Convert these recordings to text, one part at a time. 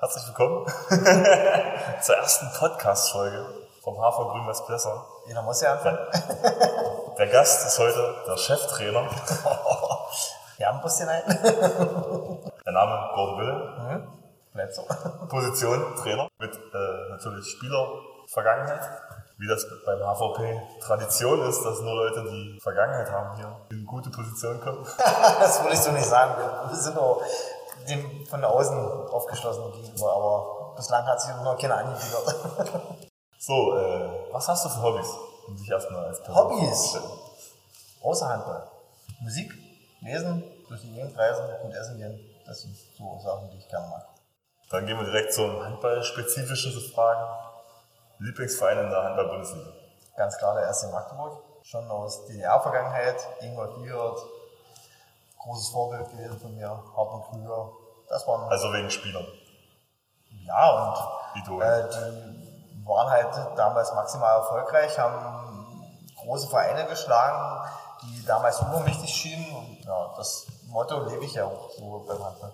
Herzlich willkommen zur ersten Podcast-Folge vom HV Grün-Weiß Plessa. Jeder muss ja anfangen. Der Gast ist heute der Cheftrainer. Wir haben Bus hinein. Der Name Gordon Wille. Bleibt so. Position Trainer mit natürlich Spielervergangenheit. Wie das beim HVP Tradition ist, dass nur Leute, die Vergangenheit haben, hier in gute Positionen kommen. Das würde ich so nicht sagen. Wir sind auch dem von außen aufgeschlossen gegenüber, aber bislang hat sich noch keiner angebiedert. So, was hast du für Hobbys? Um dich erstmal als Person vorzustellen. Außer Handball. Musik, lesen, durch die Gegend reisen, gut essen gehen. Das sind so Sachen, die ich gerne mag. Dann gehen wir direkt zum handballspezifischen Fragen. Lieblingsverein in der Handball-Bundesliga? Ganz klar der SC Magdeburg. Schon aus DDR-Vergangenheit. Ingolf Wiegert, großes Vorbild gewesen von mir. Hartmut Krüger. Das waren. Also wegen Spielern? Ja, und die waren halt damals maximal erfolgreich, haben große Vereine geschlagen, die damals übermächtig schienen. Und ja, das Motto lebe ich ja auch so beim Handball.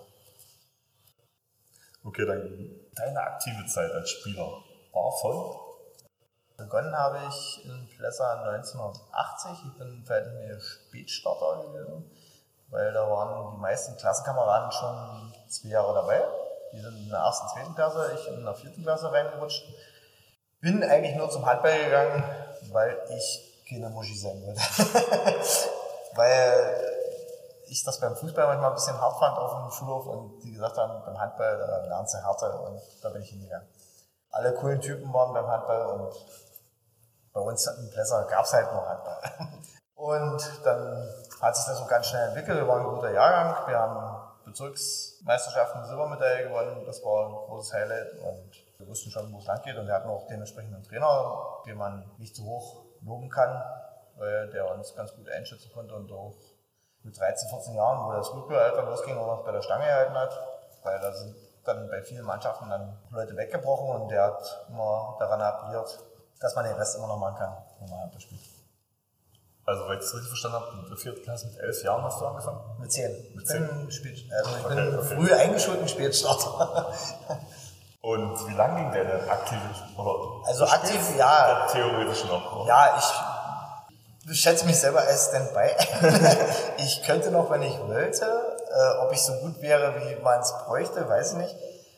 Okay, dann deine aktive Zeit als Spieler war voll? Begonnen habe ich in Plessa 1980. Ich bin verhältnismäßig Spätstarter gewesen, weil da waren die meisten Klassenkameraden schon 2 Jahre dabei. Die sind in der 1., 2. Klasse, ich in der 4. Klasse reingerutscht. Bin eigentlich nur zum Handball gegangen, weil ich keine Muschi sein wollte. Weil ich das beim Fußball manchmal ein bisschen hart fand auf dem Schulhof und die gesagt haben, beim Handball, da lernst du Härte und da bin ich hingegangen. Alle coolen Typen waren beim Handball und bei uns in Plessa gab es halt noch Handball. Und dann hat sich das so ganz schnell entwickelt, wir waren ein guter Jahrgang, wir haben Bezirksmeisterschaften Silbermedaille gewonnen, das war ein großes Highlight und wir wussten schon, wo es lang geht und wir hatten auch dementsprechend einen Trainer, den man nicht zu hoch loben kann, weil der uns ganz gut einschätzen konnte und auch mit 13, 14 Jahren, wo das Rückkehralter losging, auch noch bei der Stange gehalten hat, weil da sind dann bei vielen Mannschaften dann Leute weggebrochen und der hat immer daran appelliert, dass man den Rest immer noch machen kann, wenn man Handball spielt. Also, wenn ich das richtig verstanden habe, in der 4. Klasse mit 11 Jahren hast du angefangen? Mit 10. Mit 10? Ich bin früh eingeschult und Spätstarter. Und wie lang ging der denn aktiv? Oder also aktiv, ja. Theoretisch noch, oder? Ja, ich schätze mich selber als Standby. Ich könnte noch, wenn ich wollte. Ob ich so gut wäre, wie man es bräuchte, weiß ich nicht.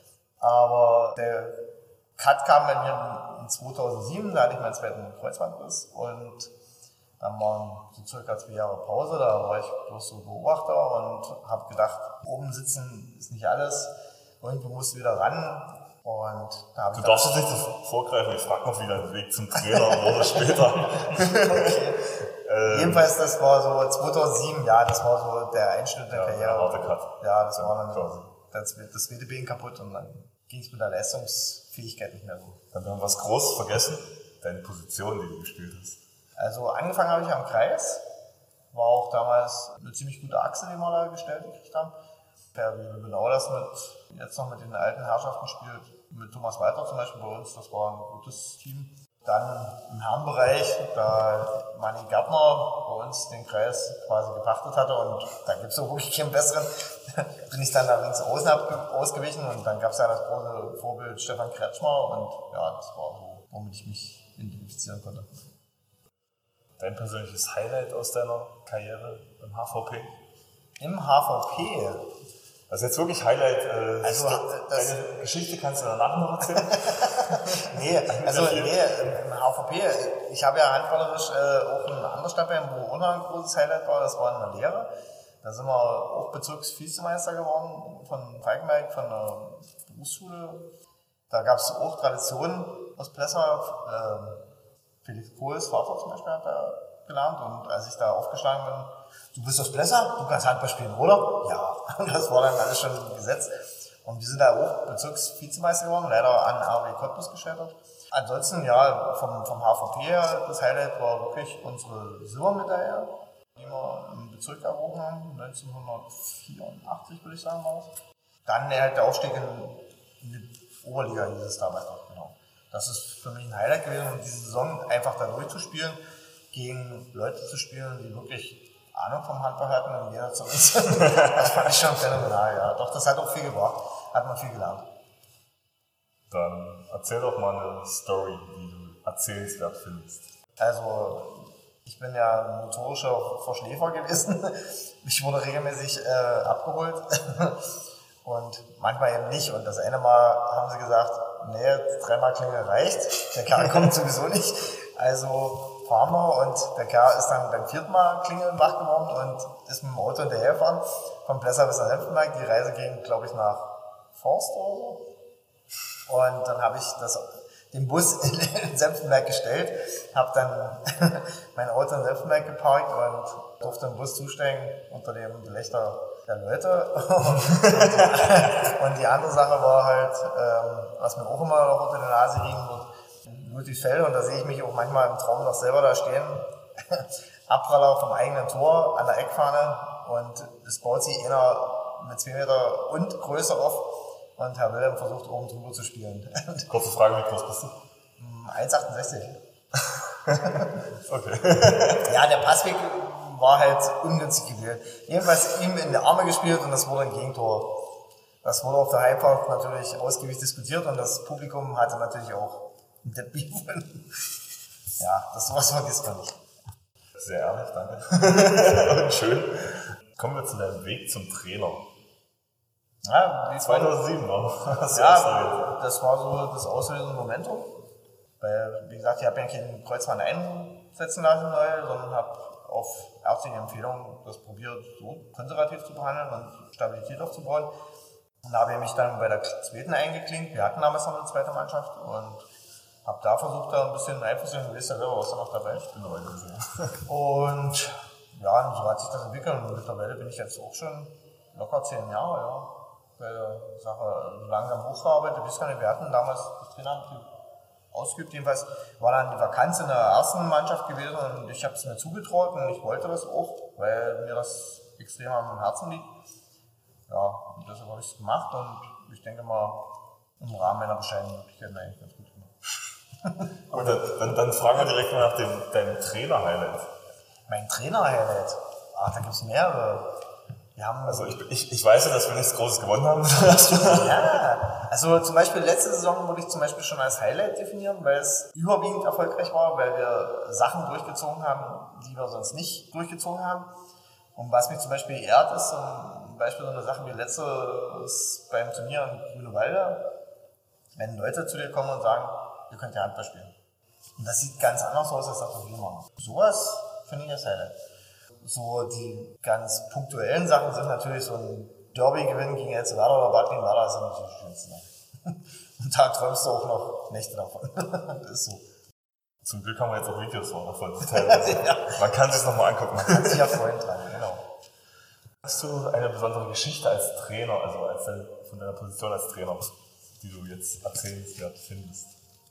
Aber der Cut kam bei mir in 2007, da hatte ich meinen 2. Kreuzbandriss und dann waren so circa 2 Jahre Pause, da war ich bloß so Beobachter und habe gedacht, oben sitzen ist nicht alles, irgendwo musst du wieder ran. Und da du darfst jetzt nicht das vorgreifen, ich frage noch, wie dein Weg zum Trainer wurde später. Okay. Jedenfalls, das war so 2007, ja, das war so der Einschnitt der Karriere. Der harte Cut. Ja, das war dann quasi das zweite Bein kaputt und dann ging es mit der Leistungsfähigkeit nicht mehr so. Dann haben wir was Großes vergessen, deine Position, die du gespielt hast. Also angefangen habe ich am Kreis, war auch damals eine ziemlich gute Achse, die wir da gestellt gekriegt haben. Ja, wie genau das jetzt noch mit den alten Herrschaften spielt, mit Thomas Walter zum Beispiel bei uns, das war ein gutes Team. Dann im Herrenbereich, da Manni Gärtner bei uns den Kreis quasi gepachtet hatte und da gibt es auch wirklich keinen besseren, bin ich dann da links außen ausgewichen und dann gab es ja das große Vorbild Stefan Kretschmer und ja, das war so, womit ich mich identifizieren konnte. Dein persönliches Highlight aus deiner Karriere im HVP? Im HVP? Also jetzt wirklich Highlight, also deine Geschichte kannst du danach noch erzählen? Nee, im HVP, ich habe ja handballerisch auch ein anderes Standbein, wo auch noch ein großes Highlight war, das war in der Lehre. Da sind wir auch Bezirksvizemeister geworden von Falkenberg, von der Berufsschule. Da gab es auch Traditionen aus Plessa. Felix Kohls Vater zum Beispiel hat da gelernt und als ich da aufgeschlagen bin, du bist aus Plessa, du kannst Handball spielen, oder? Ja, und das war dann alles schon gesetzt. Und wir sind da auch Bezirksvizemeister geworden, leider an RW Cottbus gescheitert. Ansonsten, ja, vom HVP her, das Highlight war wirklich unsere Silbermedaille, die wir im Bezirk erhoben haben, 1984 würde ich sagen war das. Dann halt der Aufstieg in die Oberliga hieß es damals noch, genau. Das ist für mich ein Highlight gewesen, um diese Saison einfach da durchzuspielen, gegen Leute zu spielen, die wirklich Ahnung vom Handball hatten und jeder zu uns. Das fand ich schon phänomenal, ja. Doch, das hat auch viel gebracht, hat man viel gelernt. Dann erzähl doch mal eine Story, die du erzählenswert findest. Also, ich bin ja ein notorischer Verschläfer gewesen. Ich wurde regelmäßig abgeholt und manchmal eben nicht. Und das eine Mal haben sie gesagt, nee, 3-mal Klingel reicht, der Kerl kommt sowieso nicht. Also fahren wir, und der Kerl ist dann beim 4. Mal Klingeln wach geworden und ist mit dem Auto hinterhergefahren, von Plessa bis nach Senftenberg. Die Reise ging, glaube ich, nach Forst oder so. Und dann habe ich den Bus in Senftenberg gestellt, habe dann mein Auto in Senftenberg geparkt und durfte im Bus zusteigen unter dem Gelächter der Leute. Und die andere Sache war halt, was mir auch immer noch unter der Nase ging, Ludwigsfelde, und da sehe ich mich auch manchmal im Traum noch selber da stehen. Abpraller vom eigenen Tor an der Eckfahne, und es baut sich einer mit 2 Meter und größer auf, und Herr Wilhelm versucht oben drüber zu spielen. Kurze Frage, wie groß bist du? 1,68. Okay. Ja, der Passweg war halt ungünstig gewählt. Jedenfalls ihm in die Arme gespielt, und das wurde ein Gegentor. Das wurde auf der Heimfahrt natürlich ausgiebig diskutiert, und das Publikum hatte natürlich auch der Beef. Ja, sowas vergisst man nicht. Sehr ehrlich, danke. Und schön. Kommen wir zu deinem Weg zum Trainer. Ja, wie 2007 war das. Ja, das war so das auslösende Momentum. Weil, wie gesagt, ich habe ja keinen Kreuzband einsetzen lassen neu, sondern habe auf ärztliche Empfehlung das probiert, so konservativ zu behandeln und Stabilität aufzubauen. Und da habe ich mich dann bei der 2. eingeklinkt. Wir hatten damals noch eine 2. Mannschaft und habe da versucht, da ein bisschen Einfluss zu nehmen. Du weißt ja selber, was da noch dabei ist. Genau, Und ja, und so hat sich das entwickelt, und mittlerweile bin ich jetzt auch schon locker 10 Jahre, ja, bei der Sache langsam hochgearbeitet. Ich weiß gar nicht, wir hatten damals das Traineramt ausgeübt, jedenfalls war dann die Vakanz in der ersten Mannschaft gewesen, und ich habe es mir zugetraut und ich wollte das auch, weil mir das extrem am Herzen liegt. Ja, und deshalb habe ich es gemacht, und ich denke mal, im Rahmen meiner bescheidenen Möglichkeiten eigentlich ganz gut gemacht. Und dann fragen wir direkt mal nach deinem Trainer-Highlight. Mein Trainer-Highlight? Da gibt es mehrere. Wir haben also ich weiß ja, dass wir nichts Großes gewonnen haben. Ja, also zum Beispiel letzte Saison würde ich zum Beispiel schon als Highlight definieren, weil es überwiegend erfolgreich war, weil wir Sachen durchgezogen haben, die wir sonst nicht durchgezogen haben. Und was mich zum Beispiel ehrt, ist zum Beispiel so eine Sache wie letztes beim Turnier in Grünewalde, wenn Leute zu dir kommen und sagen, ihr könnt ja Handball spielen. Und das sieht ganz anders aus, als das, was wir machen. Sowas finde ich als Highlight. So die ganz punktuellen Sachen sind natürlich so ein Derby-Gewinn gegen Elsterwerda oder Bad Wien-Werder, das sind natürlich die schönsten. Und da träumst du auch noch Nächte davon. Das ist so. Zum Glück haben wir jetzt auch Videos davon. Ja. Man kann sich nochmal angucken. Man kann sich ja freuen dran, genau. Hast du eine besondere Geschichte als Trainer, also von deiner Position als Trainer, die du jetzt erzählenswert findest?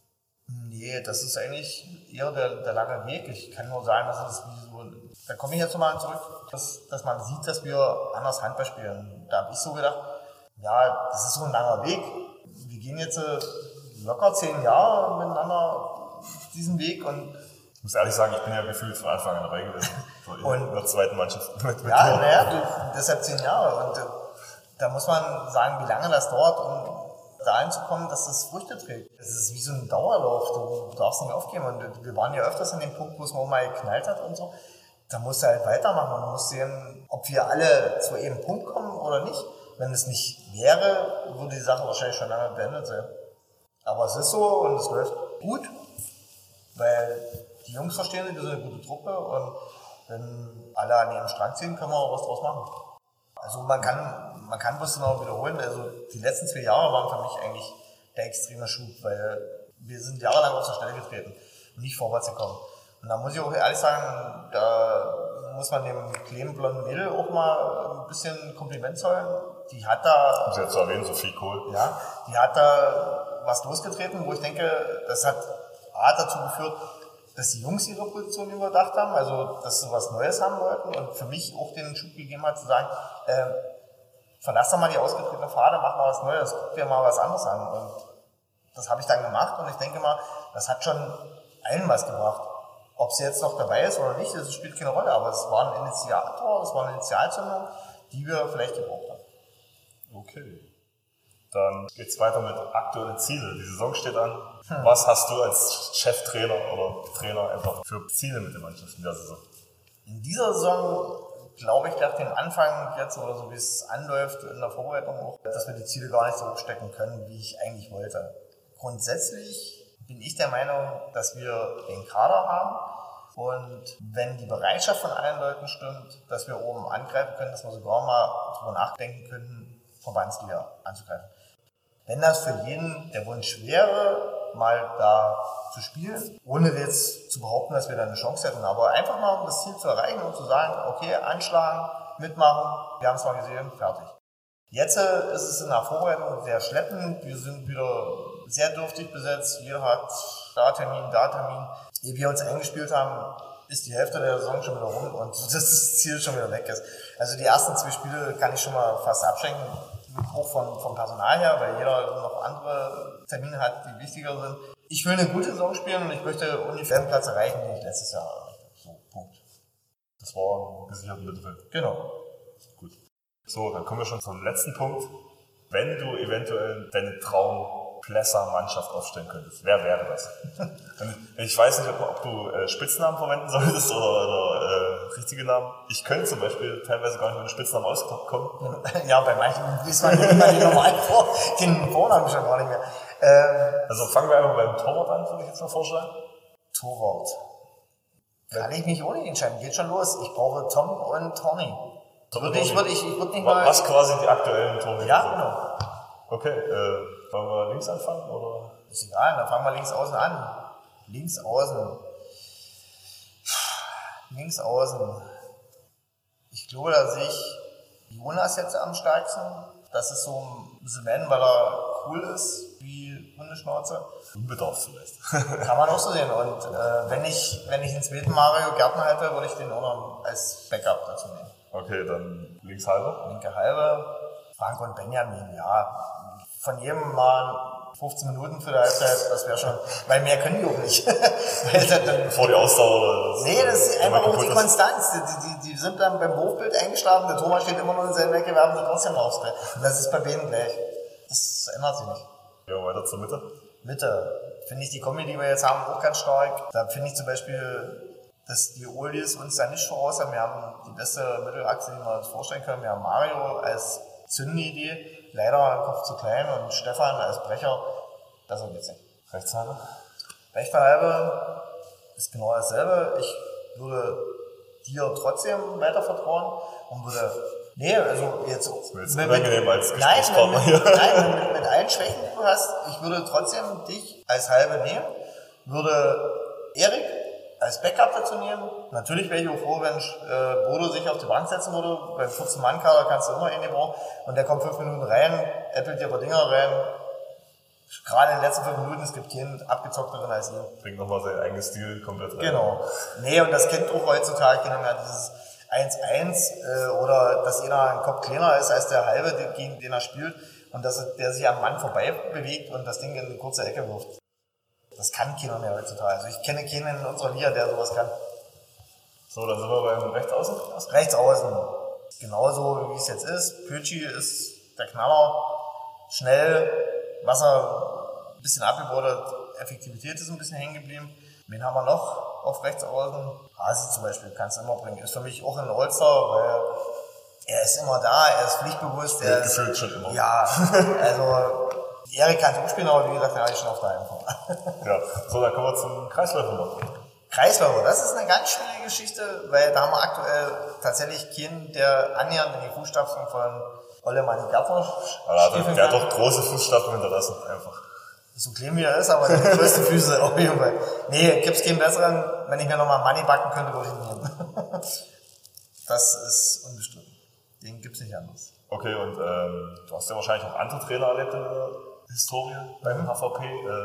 Nee, das ist eigentlich eher der lange Weg. Ich kann nur sagen, dass es wie so, da komme ich jetzt nochmal zurück, dass man sieht, dass wir anders Handball spielen. Da habe ich so gedacht, ja, das ist so ein langer Weg. Wir gehen jetzt locker 10 Jahre miteinander diesen Weg, und ich muss ehrlich sagen, ich bin ja gefühlt von Anfang an dabei gewesen. So in der zweiten Mannschaft. Mit ja, naja, deshalb 10 Jahre. Und da muss man sagen, wie lange das dauert, um dahin zu kommen, dass das Früchte trägt. Das ist wie so ein Dauerlauf, du darfst nicht aufgeben. Und wir waren ja öfters an dem Punkt, wo es mal geknallt hat und so. Da musst du halt weitermachen, und du musst sehen, ob wir alle zu einem Punkt kommen oder nicht. Wenn es nicht wäre, würde die Sache wahrscheinlich schon lange beendet sein. Aber es ist so, und es läuft gut, weil die Jungs verstehen sich, wir sind eine gute Truppe, und wenn alle an ihrem Strang ziehen, können wir auch was draus machen. Also man kann bloß noch wiederholen, also die letzten 2 Jahre waren für mich eigentlich der extreme Schub, weil wir sind jahrelang auf der Stelle getreten und nicht vorwärts gekommen. Und da muss ich auch ehrlich sagen, da muss man dem kleinen blonden Mädel auch mal ein bisschen Kompliment zollen. Die hat da... Um sie jetzt zu erwähnen, Sophie Kohl. Ja, die hat da was losgetreten, wo ich denke, das hat dazu geführt, dass die Jungs ihre Position überdacht haben, also dass sie was Neues haben wollten, und für mich auch den Schub gegeben hat, zu sagen, verlass doch mal die ausgetretene Pfade, mach mal was Neues, guck dir mal was anderes an. Und das habe ich dann gemacht, und ich denke mal, das hat schon allen was gebracht. Ob sie jetzt noch dabei ist oder nicht, das spielt keine Rolle, aber es war ein Initiator, es war eine Initialzündung, die wir vielleicht gebraucht haben. Okay. Dann geht's weiter mit aktuellen Ziele. Die Saison steht an. Was hast du als Cheftrainer oder Trainer einfach für Ziele mit der Mannschaft in der Saison? In dieser Saison glaube ich, nach dem Anfang jetzt oder so wie es anläuft in der Vorbereitung auch, dass wir die Ziele gar nicht so hochstecken können, wie ich eigentlich wollte. Grundsätzlich bin ich der Meinung, dass wir den Kader haben und wenn die Bereitschaft von allen Leuten stimmt, dass wir oben angreifen können, dass wir sogar mal darüber nachdenken könnten, Verbandsliga anzugreifen. Wenn das für jeden der Wunsch wäre, mal da zu spielen, ohne jetzt zu behaupten, dass wir da eine Chance hätten, aber einfach mal um das Ziel zu erreichen und zu sagen, okay, anschlagen, mitmachen, wir haben es mal gesehen, fertig. Jetzt ist es in der Vorbereitung sehr schleppend, wir sind wieder sehr dürftig besetzt, jeder hat da Termin. Ehe wir uns eingespielt haben, ist die Hälfte der Saison schon wieder rum und das Ziel schon wieder weg ist. Also die ersten 2 Spiele kann ich schon mal fast abschenken, auch vom Personal her, weil jeder noch andere Termine hat, die wichtiger sind. Ich will eine gute Saison spielen und ich möchte ungefähr den Platz erreichen, den ich letztes Jahr erreicht habe. So, Punkt. Das war ein gesicherten Mittelfeld. Genau. Gut. So, dann kommen wir schon zum letzten Punkt. Wenn du eventuell deine Traum-Plesser-Mannschaft aufstellen könntest, wer wäre das? Ich weiß nicht, ob du Spitznamen verwenden solltest oder richtige Namen. Ich könnte zum Beispiel teilweise gar nicht mit einem Spitznamen auskommen. Ja, bei manchen wissen wir nicht mal die normal vor, den Vornamen schon gar nicht mehr. Also fangen wir einfach beim Torwart an, würde ich jetzt mal vorschlagen. Torwart. Kann ich mich ohne entscheiden. Geht schon los. Ich brauche Tom und Tony. Ich würde nicht mal... Was quasi die aktuellen Torhüter Ja, sind. genau. Okay, wollen wir links anfangen, oder? Ist egal, dann fangen wir links außen an. Links außen. Ich glaube, da sehe ich Jonas jetzt am stärksten. Das ist so ein bisschen Man, weil er cool ist, wie Hundeschnauze. Unbedarf vielleicht. Kann man auch so sehen. Und wenn ich den zweiten Mario Gärtner hätte, würde ich den auch noch als Backup dazu nehmen. Okay, dann links halbe. Linke halbe. Frank und Benjamin, ja. Von jedem mal 15 Minuten für die Halbzeit, das wäre schon, weil mehr können die auch nicht. Bevor die Ausdauer. Nee, das ist einfach auch die Konstanz. Die sind dann beim Wurfbild eingeschlafen, der Thomas steht immer noch in seiner Ecke, wir haben sie trotzdem raus. Und das ist bei denen gleich. Das ändert sich nicht. Ja, weiter zur Mitte. Mitte. Finde ich die Kombi, die wir jetzt haben, auch ganz stark. Da finde ich zum Beispiel, dass die Oldies uns da nicht voraus haben. Wir haben die beste Mittelachse, die wir uns vorstellen können. Wir haben Mario als Zündidee. Leider ein Kopf zu klein und Stefan als Brecher, besser geht's nicht. Rechtshalbe? Rechte halbe ist genau dasselbe. Ich würde dir trotzdem weiter vertrauen und würde, also jetzt unangenehm als Gesprächspartner hier. Nein, mit allen Schwächen, die du hast, ich würde trotzdem dich als halbe nehmen, würde Erik als Backup dazu nehmen. Natürlich wäre ich auch froh, wenn Bodo sich auf die Bank setzen würde. Beim 14-Mann-Kader kannst du immer einen brauchen. Und der kommt 5 Minuten rein, äppelt dir ein paar Dinger rein. Gerade in den letzten 5 Minuten, es gibt keinen abgezockteren als ihn. Bringt nochmal sein eigenes Stil komplett rein. Genau. Nee, und das kennt auch heutzutage keiner mehr, dieses 1-1 oder dass einer ein Kopf kleiner ist als der halbe, gegen den er spielt. Und dass der sich am Mann vorbei bewegt und das Ding in eine kurze Ecke wirft. Das kann keiner mehr heutzutage. Also ich kenne keinen in unserer Liga, der sowas kann. So, dann sind wir beim Rechtsaußen. Rechtsaußen. Genauso wie es jetzt ist. Pötschi ist der Knaller. Schnell. Wasser ein bisschen abgebaut hat. Effektivität ist ein bisschen hängen geblieben. Wen haben wir noch auf Rechtsaußen? Hasi zum Beispiel kannst du immer bringen. Ist für mich auch ein All-Star, weil er ist immer da, er ist pflichtbewusst. Gefühlt schon immer. Ja, also Erik kann auch spielen, aber wie gesagt, er ist schon auf der Einfahrt. Ja, so, dann kommen wir zum Kreisläufer noch. Kreisläufer, das ist eine ganz schwierige Geschichte, weil da haben wir aktuell tatsächlich keinen, der annähernd in die Fußstapfen von Olle Manni Gärtner stiefeln der kann. hat doch große Fußstapfen hinterlassen, einfach. So klein wie er ist, aber die größten Füße auf jeden Fall. Nee, gibt's keinen besseren. Wenn ich mir nochmal Money backen könnte, würde ich ihn nehmen. Das ist unbestritten. Den gibt's nicht anders. Okay, und du hast ja wahrscheinlich auch andere Trainer erlebt in der Historie beim HVP.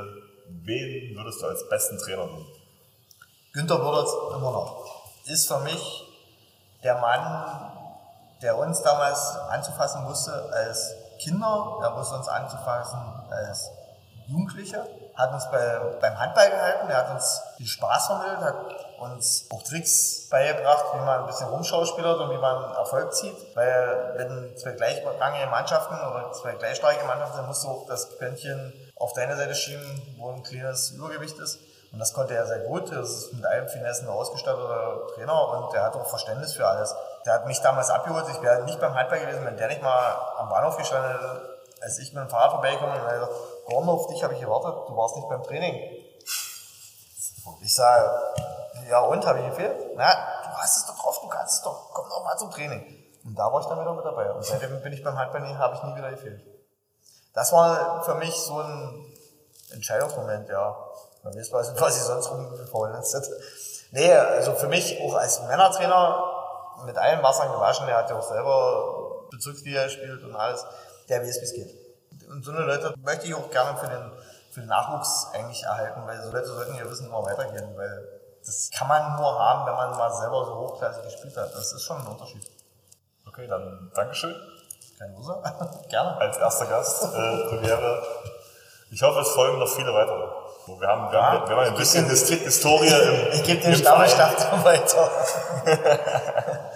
Wen würdest du als besten Trainer nehmen? Günther Würdertz immer noch. Ist für mich der Mann, der uns damals anzufassen musste als Kinder. Er wusste uns anzufassen als Jugendliche. Hat uns beim Handball gehalten. Er hat uns viel Spaß vermittelt, hat uns auch Tricks beigebracht, wie man ein bisschen rumschauspielert und wie man Erfolg zieht. Weil wenn zwei gleichrangige Mannschaften oder zwei gleichrangige Mannschaften sind, musst du auch das Quäntchen auf deine Seite schieben, wo ein kleines Übergewicht ist. Und das konnte er sehr gut. Das ist mit allem Finessen ausgestatteter Trainer und der hat auch Verständnis für alles. Der hat mich damals abgeholt. Ich wäre nicht beim Handball gewesen, wenn der nicht mal am Bahnhof gestanden hätte, als ich mit dem Fahrrad vorbeigekommen bin. Und er hat gesagt, Gordon, auf dich habe ich gewartet, du warst nicht beim Training. Ich sage, ja und, habe ich gefehlt? Na, du hast es doch drauf, du kannst es doch, komm doch mal zum Training. Und da war ich dann wieder mit dabei. Und seitdem bin ich beim Handball, habe ich nie wieder gefehlt. Das war für mich so ein Entscheidungsmoment, ja. Man weiß, was ich sonst rumgefaulenzt hätte. Nee, also für mich auch als Männertrainer mit allen Wassern gewaschen, der hat ja auch selber Bezirksliga gespielt und alles, der weiß, wie es geht. Und so eine Leute möchte ich auch gerne für den Nachwuchs eigentlich erhalten, weil so Leute sollten ja wissen, immer weitergehen, weil das kann man nur haben, wenn man mal selber so hochklassig gespielt hat. Das ist schon ein Unterschied. Okay, dann Dankeschön. Keine Ursache. Gerne. Als erster Gast, Premiere. Ich hoffe, es folgen noch viele weitere. Wir haben ein bisschen Historie im Ich gebe den Stammestab weiter.